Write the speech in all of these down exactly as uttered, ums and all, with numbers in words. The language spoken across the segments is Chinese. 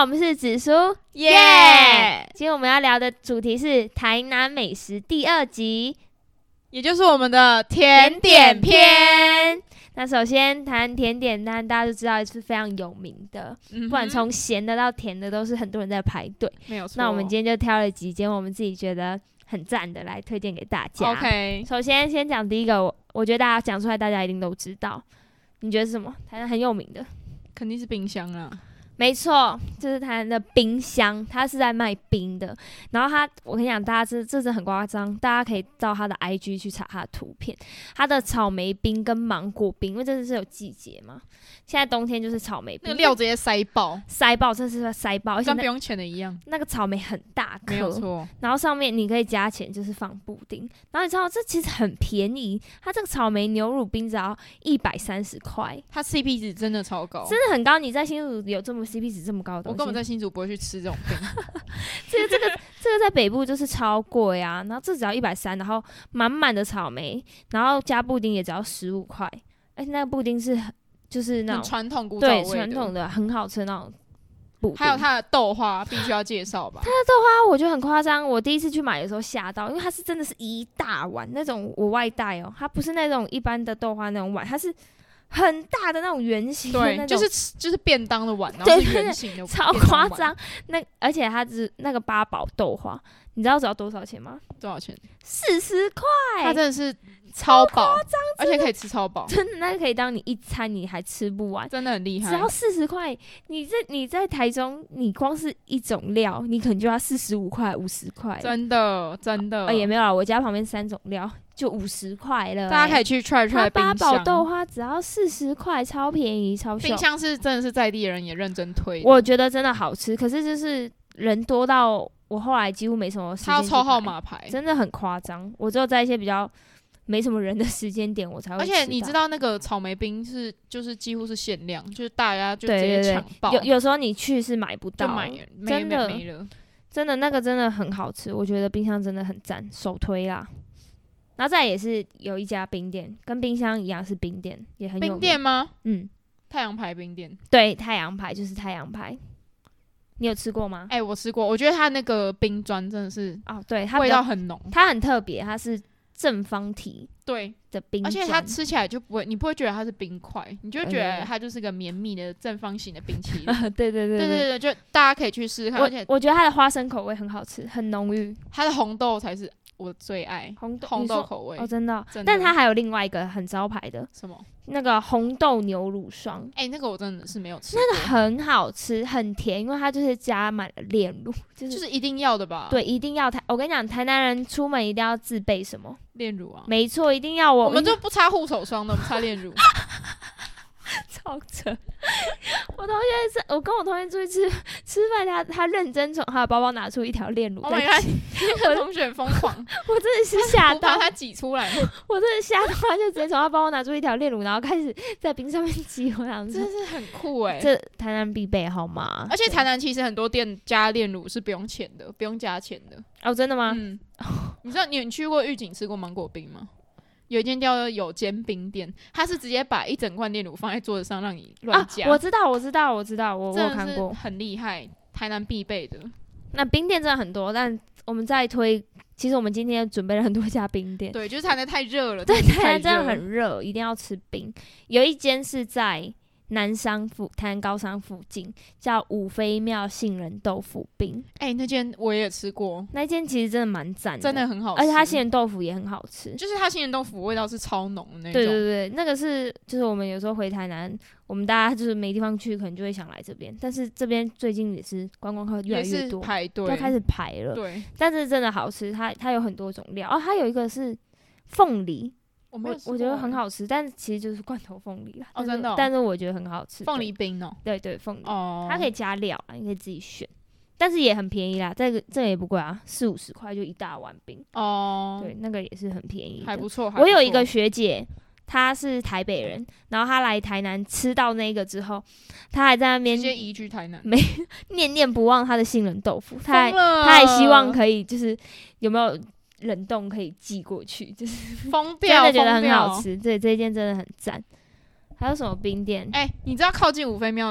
我们是紫苏耶、 yeah! 今天我们要聊的主题是台南美食第二集， 也就是我们的甜点篇。 那首先台南甜点当然大家都知道是非常有名的、嗯、不管从咸的到甜的都是很多人在排队， 没有错。 那我们今天就挑了几间我们自己觉得很赞的来推荐给大家。 OK， 首先先讲第一个， 我, 我觉得大家讲出来大家一定都知道，你觉得是什么？台南很有名的肯定是冰箱啦。 没错，就是台南的冰箱，它是在卖冰的。然后它，我跟你讲，大家这这真的很夸张，大家可以到它的 I G 去查它的图片。它的草莓冰跟芒果冰，因为这是有季节嘛，现在冬天就是草莓冰， 那个料直接塞爆， 塞爆，真的是塞爆， 跟不用钱的一样。 那个草莓很大颗， 没有错。 然后上面你可以加钱，就是放布丁。然后你知道这其实很便宜，它这个草莓牛乳冰只要一百三十块， 它 C P 值真的超高， 真的很高。你在新竹有这么 C P 值这么高的东西？ 我根本在新竹不会去吃这种冰。 这个这个这个在北部就是超贵啊，然后这只要一百三，然后满满的草莓，然后加布丁也只要十五块。而且那个布丁是就是那种传统古早味的， 对传统的很好吃的那种布丁。 还有它的豆花必须要介绍吧？ 它的豆花我觉得很夸张，我第一次去买的时候吓到，因为它是真的是一大碗那种，我外带哦，它不是那种一般的豆花那种碗，它是很大的那种圆形的那种， 对，就是就是便当的碗，然后是圆形的， 超夸张。那而且它只那个八宝豆花，你知道只要多少钱吗？ 多少钱？ 四十块。 它真的是超饱，而且可以吃超饱， 真的，那个可以当你一餐，你还吃不完， 真的很厉害。 只要四十块，你在你在台中，你光是一种料，你可能就要四十五块、五十块， 真的真的。 呃，也没有啦，我家旁边三种料就五十块了、欸， 大家可以去 try try 冰箱。 八宝豆花只要四十块，超便宜，超秀。 冰箱是真的是在地人也认真推的， 我觉得真的好吃，可是就是人多到我后来几乎没什么时间，他要抽号码牌， 真的很夸张。我只有在一些比较没什么人的时间点我才会吃到。 而且你知道那个草莓冰是就是几乎是限量，就是大家就直接抢爆。 对对对，有有时候你去是买不到， 就买真的没了。 真的那个真的很好吃，我觉得冰箱真的很赞，首推啦。然后再也是有一家冰店，跟冰箱一样是冰店，也很有名。 冰店吗？ 嗯， 太阳牌冰店。 对，太阳牌就是太阳牌。你有吃过吗？ 哎、欸，我吃过，我觉得它那个冰砖真的是哦，对，它味道很浓， 它很特别，它是正方体对的冰砖， 而且它吃起来就不会，你不会觉得它是冰块，你就会觉得它就是个绵密的正方形的冰淇淋。 对对对对对对，就大家可以去试试看。而且我觉得它的花生口味很好吃，很浓郁， 它的红豆才是我最爱， 红豆红豆口味哦，真的, 哦真的。 但它还有另外一个很招牌的， 什么？ 那个红豆牛乳霜。 哎、欸，那个我真的是没有吃过。 那个很好吃，很甜，因为它就是加满了炼乳，就是就是一定要的吧？ 对，一定要台。我跟你讲，台南人出门一定要自备什么？ 炼乳啊。 没错，一定要我。 我们就不擦护手霜的，我们擦炼乳。 超扯！我同学是，我跟我同学出去吃吃饭，他他认真从他的包包拿出一条炼乳。 Oh my god！ 那个同学很疯狂， 我真的是吓到， 把他挤出来。 我真的吓到，他就直接从他包包拿出一条炼乳，然后开始在冰上面挤。我想， 真是很酷哎、欸！ 这台南必备好吗？ 而且台南其实很多店加炼乳是不用钱的，不用加钱的。 哦，真的吗？ 嗯。你知道你你去过玉井吃过芒果冰吗？有一间叫做有间冰店，它是直接把一整罐炼乳放在桌子上让你乱加、 啊。我知道，我知道，我知道，我我有看过， 很厉害，台南必备的。 那冰店真的很多，但我们在推。其实我们今天准备了很多家冰店， 对，就是台南太热了， 对，台南真的很热，一定要吃冰。有一间是在南商附台南高商附近，叫五妃庙杏仁豆腐冰。 哎、欸，那间我也吃过， 那间其实真的蛮赞的， 真的很好吃， 而且它杏仁豆腐也很好吃， 就是它杏仁豆腐味道是超浓的那种。 对对对，那个是就是我们有时候回台南，我们大家就是没地方去，可能就会想来这边。但是这边最近也是观光客越来越多， 排队都开始排了。 对， 但是真的好吃，它它有很多种料哦，它有一个是凤梨。 我, 没有我, 我觉得很好吃，但其实就是罐头凤梨啦。 哦，真的、哦。 但是我觉得很好吃。 凤梨冰哦。 对对，凤梨。 哦。 它可以加料啊，你可以自己选，但是也很便宜啦。这个这个也不贵啊，四五十块就一大碗冰。 哦。 对，那个也是很便宜的， 还不错。 我有一个学姐，她是台北人，然后她来台南吃到那个之后，她还在那边直接移居台南， 没念念不忘她的杏仁豆腐，她还她还希望可以就是有没有。冷冻可以寄过去，就是疯掉， 真的觉得很好吃。对，这一间真的很赞。还有什么冰店？ 哎、欸，你知道靠近五妃庙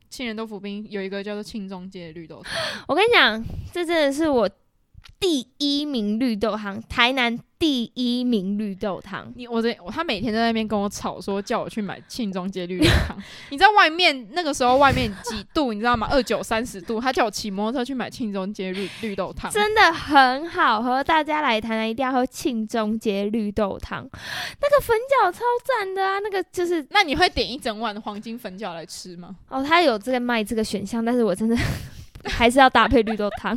杏仁豆腐冰有一个叫做庆中街的绿豆汤。 我跟你讲，这真的是我第一名绿豆汤，台南第一名绿豆汤。 你我这他每天在那边跟我吵说，叫我去买庆中街绿豆汤。你知道外面那个时候外面几度？你知道吗？二九三十度，他叫我骑摩托车去买庆中街绿绿豆汤， 真的很好喝。大家来台南一定要喝庆中街绿豆汤，那个粉饺超赞的啊！那个就是， 那你会点一整碗的黄金粉饺来吃吗？ 哦，他有这个卖这个选项，但是我真的还是要搭配绿豆汤。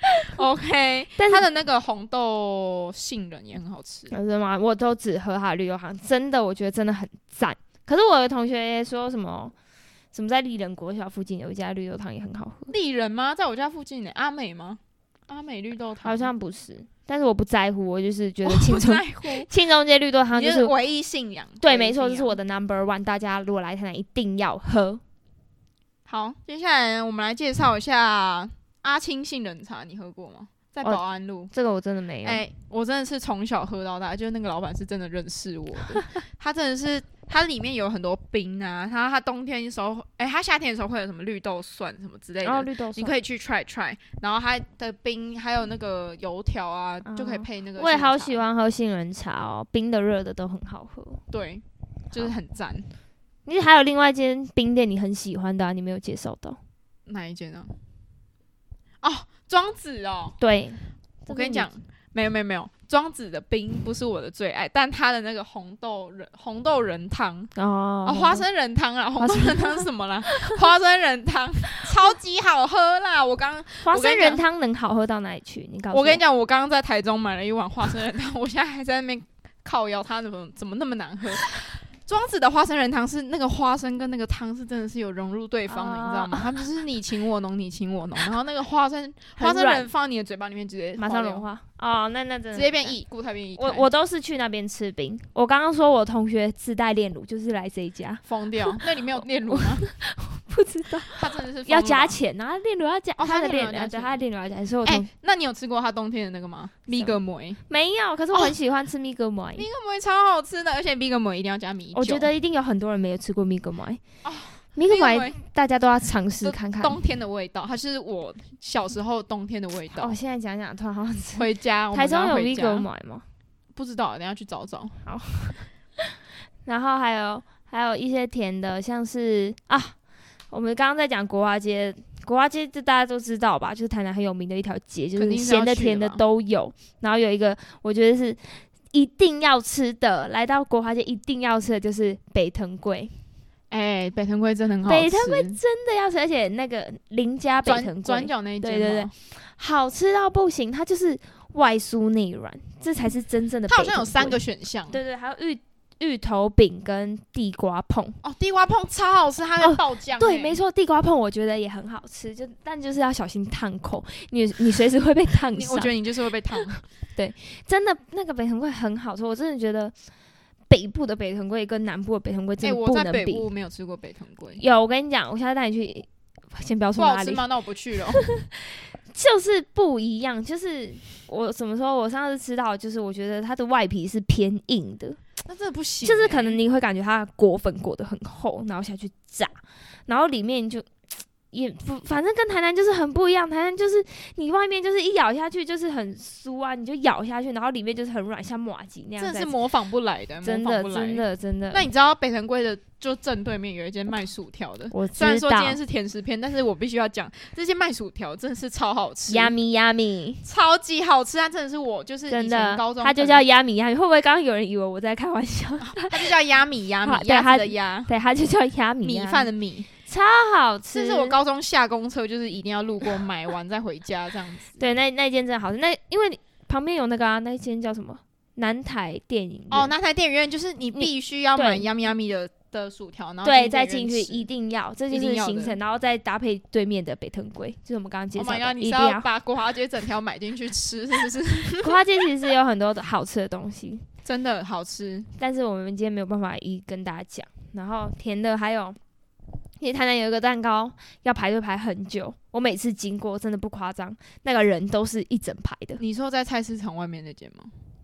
OK， 但是它的那个红豆杏仁也很好吃。 真的吗？我都只喝它的绿豆汤，真的，我觉得真的很赞。可是我的同学说什么什么在丽人国小附近有一家绿豆汤也很好喝。 丽人吗？在我家附近呢？阿美吗？阿美绿豆汤好像不是，但是我不在乎，我就是觉得庆中庆中街绿豆汤就是唯一信仰。 对，没错，这是我的 number one。大家如果来台南一定要喝。 好，接下来我们来介绍一下阿青杏仁茶，你喝过吗？在保安路、哦， 这个我真的没有。 哎、欸，我真的是从小喝到大，就是那个老板是真的认识我的。他真的是，它里面有很多冰啊，他他冬天的时候，哎、欸，他夏天的时候会有什么绿豆蒜什么之类的， 哦，绿豆蒜， 你可以去 try try。然后它的冰还有那个油条啊、哦，就可以配那个。 我也好喜欢喝杏仁茶哦，冰的热的都很好喝。 对，就是很赞。 你还有另外一间冰店你很喜欢的、啊，你没有介绍到？ 哪一间啊？哦，庄子哦。对，我跟你讲，没有没有没有，庄子的冰不是我的最爱，但它的那个红豆仁红豆仁汤哦，哦花生仁汤啊，红豆仁汤是什么啦？花生仁汤超级好喝啦！我刚花生仁汤能好喝到哪里去？你告诉我。 我跟你讲，我刚刚在台中买了一碗花生仁汤，我现在还在那边靠腰，它怎么怎么那么难喝？庄子的花生仁汤是那个花生跟那个汤是真的是有融入对方的， uh, 你知道吗？他们就是你情我浓，你情我浓，然后那个花生花生仁放你的嘴巴里面直接马上融化哦，那那真的直接变异，固态变异。 我我都是去那边吃冰。我刚刚说我同学自带炼乳，就是来这一家。 疯掉！那里面有炼乳吗？ 不知道， 他真的是要加钱啊！炼乳要加， 哦， 他的炼乳要加，他的炼乳要加。所以我同、 欸，那你有吃过他冬天的那个吗？米格梅没有，可是我很喜欢吃米格梅。 米格梅超好吃的，而且米格梅一定要加米酒。 我觉得一定有很多人没有吃过米格梅。哦，米格梅大家都要尝试看看。 冬天的味道，它是我小时候冬天的味道。 哦，现在讲讲突然好想吃。 回家， 台中有米格梅吗？ 不知道，等一下去找找。 好。然后还有还有一些甜的，像是啊。我们刚刚在讲国华街，国华街就大家都知道吧，就是台南很有名的一条街，就是咸的甜的都有。然后有一个我觉得是一定要吃的，来到国华街一定要吃的就是北藤贵。 哎、欸，北藤贵真的很好吃， 北藤贵真的要吃，而且那个林家北藤贵转角那一间， 对对对，好吃到不行，它就是外酥内软，这才是真正的北藤贵。 它好像有三个选项， 对 对, 对，还有芋。芋头饼跟地瓜碰哦，地瓜碰超好吃，它会爆浆、欸哦。 对，没错，地瓜碰我觉得也很好吃，就但就是要小心烫口，你你随时会被烫伤。 我觉得你就是会被烫。 对，真的那个北藤贵很好吃，我真的觉得北部的北藤贵跟南部的北藤贵真的不能比。 欸、我在北部没有吃过北藤贵。 有，我跟你讲，我现在带你去，先不要说哪里。 不好吃吗？那我不去了。 就是不一样，就是我怎么说？我上次吃到，就是我觉得它的外皮是偏硬的。 那真的不行、欸， 就是可能你会感觉它裹粉裹得很厚，然后下去炸，然后里面就也不，反正跟台南就是很不一样。台南就是你外面就是一咬下去就是很酥啊，你就咬下去，然后里面就是很软，像麻糬那样。 真的是模仿不来的， 真的真的真的。 那你知道北藤贵的就正对面有一间卖薯条的， 我知道。 虽然说今天是甜食篇，但是我必须要讲，这些卖薯条真的是超好吃 ，yummy yummy， 超级好吃。它真的是我就是以前高中， 它就叫 yummy yummy。会不会刚刚有人以为我在开玩笑？ 它就叫鸭米鸭米，鸭子的鸭， 对，它就叫鸭米， 米饭的米。 超好吃！ 这是我高中下公车就是一定要路过买完再回家这样子。 对，那那间真的好吃。那因为旁边有那个啊，那间叫什么？南台电影院。 哦，南台电影院就是你必须要买 yummy yummy 的的薯条，然后对再进去一定要，这就是行程，然后再搭配对面的北藤贵，就是我们刚刚介绍的。 Oh my god！ 你是要把国华街整条买进去吃，是不是？ 国华街其实有很多的好吃的东西， 真的好吃。 但是我们今天没有办法一一跟大家讲。然后甜的还有。因为台南有一个蛋糕要排队排很久，我每次经过真的不夸张，那个人都是一整排的。 你说在菜市场外面那间吗？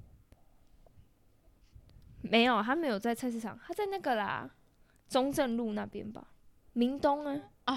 没有，他没有在菜市场，他在那个啦，中正路那边吧，明东啊。 哦，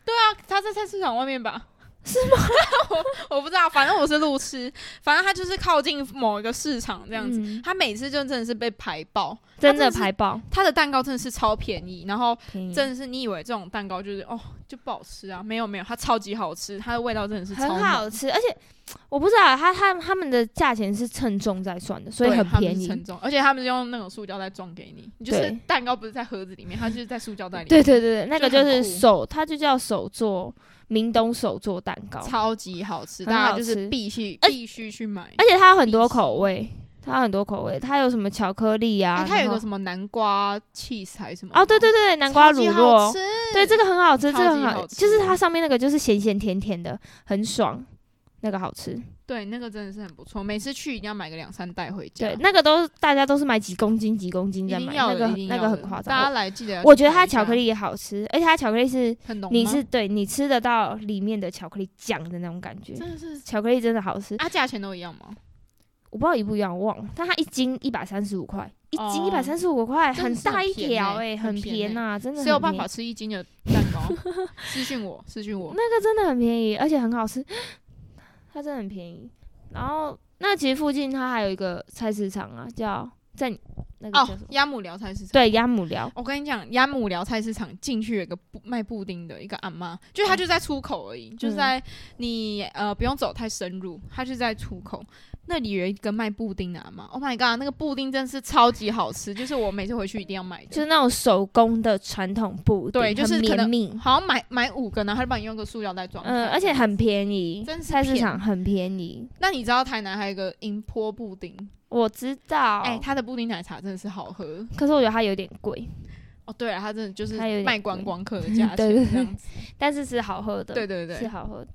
对啊，他在菜市场外面吧？ 是吗？ 我我不知道，反正我是路痴，反正他就是靠近某一个市场这样子，嗯、他每次就真的是被排爆， 真的排爆。 他的蛋糕真的是超便宜，然后真的是你以为这种蛋糕就是哦就不好吃啊？没有没有，它超级好吃，它的味道真的是超很好吃，而且我不知道他他他们的价钱是称重在算的，所以很便宜。 称重，而且他们是用那种塑胶袋装给你，你就是蛋糕不是在盒子里面，它就是在塑胶袋里面。 对对对，那个就是手，它就叫手做。明东手做蛋糕超级好吃，大家就是必须必须去买， 而且它有很多口味，它有很多口味，它有什么巧克力啊， 欸、它有一个什么南瓜 cheese 还是什么？ 哦，对对对，南瓜乳酪，对，这个很好吃，这个很好吃，就是它上面那个就是咸咸甜甜的，很爽，那个好吃。 对，那个真的是很不错，每次去一定要买个两三袋回家。 对，那个都大家都是买几公斤几公斤在买，那个那个很夸张。 大家来记得， 我觉得它巧克力也好吃，而且它巧克力是很浓， 你是对你吃得到里面的巧克力酱的那种感觉， 真的是巧克力真的好吃。 啊，价钱都一样吗？ 我不知道一不一样，我忘了。但它一斤一百三十五块，一斤一百三十五块，很大一条哎、欸，很便宜啊，真的。 谁有办法吃一斤的蛋糕？私讯我，私讯我。 那个真的很便宜，而且很好吃，它真的很便宜。然后那其实附近它还有一个菜市场啊，叫在那个叫什么？ 哦，鸭母寮菜市场。 对，鸭母寮。 我跟你讲，鸭母寮菜市场进去有一个卖布丁的一个阿嬷，就它就在出口而已，嗯、就在你呃不用走太深入，它就在出口。那里有一个卖布丁的阿嬷 ，Oh my god， 那个布丁真是超级好吃，就是我每次回去一定要买的， 就是那种手工的传统布丁， 对，就是绵密， 好像买买五个，然后他就帮你用个塑料袋装， 嗯，而且很便宜， 真是菜市场很便宜。 那你知道台南还有一个银波布丁？ 我知道， 哎、欸，它的布丁奶茶真的是好喝， 可是我觉得它有点贵。 哦，对了，它真的就是卖观光客的价钱这样子， 但是是好喝的， 对对对， 是好喝的。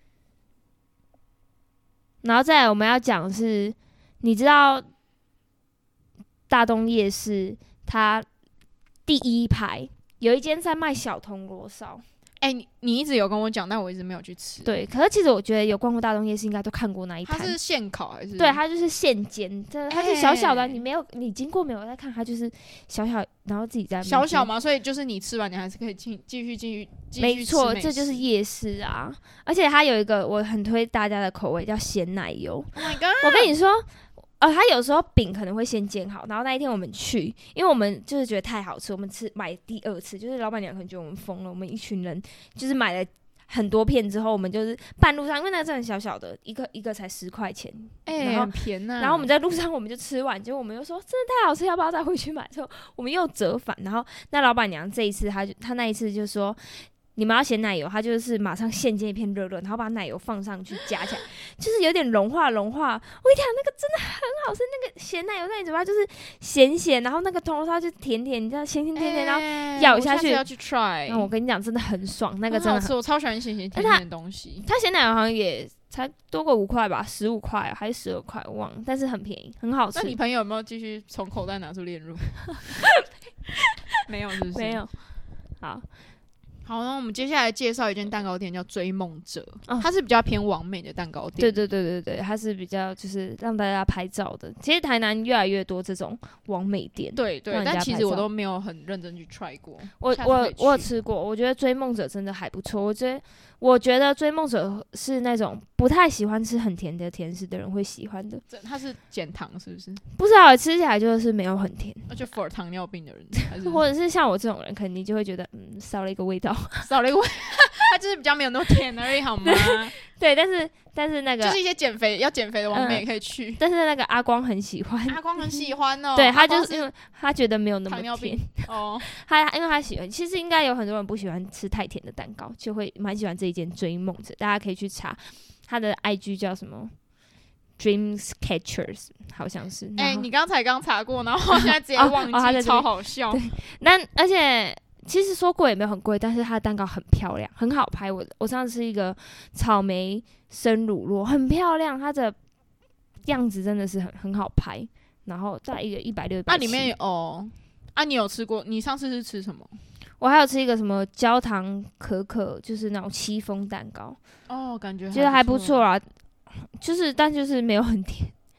然后再来我们要讲的是，你知道大东夜市它第一排有一间在卖小铜锣烧。 哎、欸，你你一直有跟我讲，但我一直没有去吃。 对，可是其实我觉得有逛过大东夜市，应该都看过那一摊。 它是现烤还是？ 对，它就是现煎，它是小小的，你没有你经过没有在看，它就是小小，然后自己在小小嘛，所以就是你吃完，你还是可以继继续继续继续吃。 没错，这就是夜市啊！而且它有一个我很推大家的口味，叫咸奶油。 Oh my god！ 我跟你说。呃，他有时候饼可能会先煎好，然后那一天我们去，因为我们就是觉得太好吃，我们吃买第二次，就是老板娘可能觉得我们疯了，我们一群人就是买了很多片之后，我们就是半路上，因为那个真的很小小的，一个一个才十块钱， 哎、欸，很便宜、啊。 然后我们在路上我们就吃完，结果我们又说真的太好吃，要不要再回去买？之后我们又折返，然后那老板娘这一次她就她那一次就说。你们要咸奶油，它就是马上现煎一片热热，然后把奶油放上去夹起来，就是有点融化融化。我跟你讲，那个真的很好吃，那个咸奶油在你嘴巴就是咸咸，然后那个铜锣烧就甜甜，你知道咸咸甜甜，然后咬下去。 我下次要去 try。 然后我跟你讲，真的很爽，那个真的很好吃，我超喜欢咸咸甜甜的东西。 它咸奶油好像也才多过五块吧，十五块还是十二块，我忘了，但是很便宜，很好吃。 那你朋友有没有继续从口袋拿出炼乳？没有，是不是？ 没有。好。 好，那我们接下来介绍一间蛋糕店，叫追梦者、哦，它是比较偏网美的蛋糕店。 对对对对对，它是比较就是让大家拍照的。其实台南越来越多这种网美店， 对对，但其实我都没有很认真去 try 过。 我我我有吃过，我觉得追梦者真的还不错。我觉得我觉得追梦者是那种不太喜欢吃很甜的甜食的人会喜欢的。 它是减糖是不是？ 不知道，吃起来就是没有很甜。 而且 for 糖尿病的人，还是或者是像我这种人，肯定就会觉得嗯少了一个味道。 少了一个味，它就是比较没有那么甜而已，好吗？ 对，但是但是那个就是一些减肥要减肥的网美也可以去、嗯。 但是那个阿光很喜欢， 阿光很喜欢哦。 对他就是因为他觉得没有那么甜糖尿病哦， 他因为他喜欢，其实应该有很多人不喜欢吃太甜的蛋糕，就会蛮喜欢这一间追梦者，大家可以去查他的 I G 叫什么 Dreams Catchers， 好像是。 哎、欸，你刚才刚查过，然后现在直接忘记，哦哦、超好笑。 对，那而且。其实说贵也没有很贵，但是它的蛋糕很漂亮，很好拍。我我上次吃一个草莓生乳酪，很漂亮，它的样子真的是很很好拍。然后再一个一百六， 那里面有哦，啊，你有吃过？你上次是吃什么？ 我还有吃一个什么焦糖可可，就是那种戚风蛋糕。 哦，感觉觉得还不错啦，就是但就是没有很甜。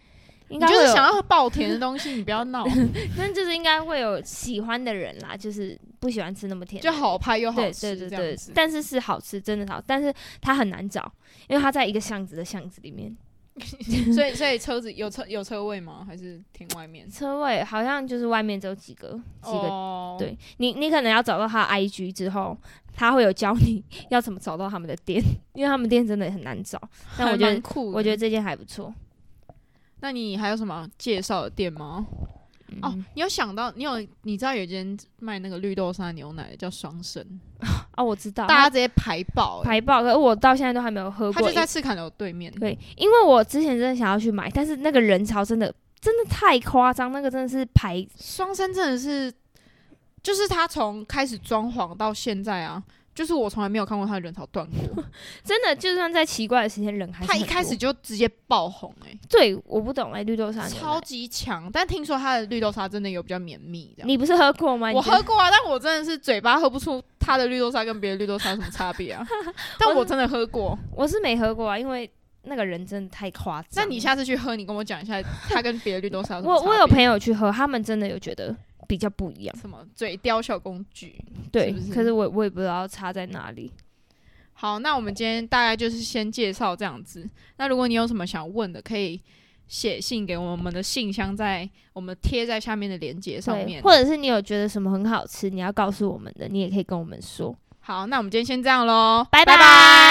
应该会有你就是想要喝爆甜的东西，你不要闹。 但就是应该会有喜欢的人啦，就是不喜欢吃那么甜的， 就好拍又好吃， 对对对对，但是是好吃，真的好，但是它很难找，因为它在一个巷子的巷子里面。 所以所以车子有车有车位吗？还是停外面？ 车位好像就是外面只有几个几个， 哦、 对你你可能要找到他的 I G 之后，他会有教你要怎么找到他们的店，因为他们店真的很难找。但我觉得我觉得这间还不错。 那你还有什么介绍的店吗？嗯、哦，你有想到你有你知道有一间卖那个绿豆沙牛奶的叫双生哦，我知道， 大家直接排爆、欸、 排爆，可是我到现在都还没有喝过。 他就在赤坎楼对面。 对，因为我之前真的想要去买，但是那个人潮真的真的太夸张，那个真的是排双生真的是，就是他从开始装潢到现在啊。就是我从来没有看过他的人潮断过， 真的，就算在奇怪的时间，人还是他一开始就直接爆红哎、欸， 对，我不懂哎、欸，绿豆沙超级强，但听说他的绿豆沙真的有比较绵密，这样。 你不是喝过吗？ 我喝过啊，但我真的是嘴巴喝不出他的绿豆沙跟别的绿豆沙有什么差别啊。但我真的喝过， 我是没喝过啊，因为那个人真的太夸张。 那你下次去喝，你跟我讲一下他跟别的绿豆沙有什么差别。 我我有朋友去喝，他们真的有觉得比较不一样。 什么嘴雕小公举？ 对， 是是可是我我也不知道差在哪里。 好，那我们今天大概就是先介绍这样子。那如果你有什么想问的，可以写信给我们的信箱，在我们贴在下面的连结上面， 或者是你有觉得什么很好吃，你要告诉我们的，你也可以跟我们说。 好，那我们今天先这样咯， 拜拜。 拜拜。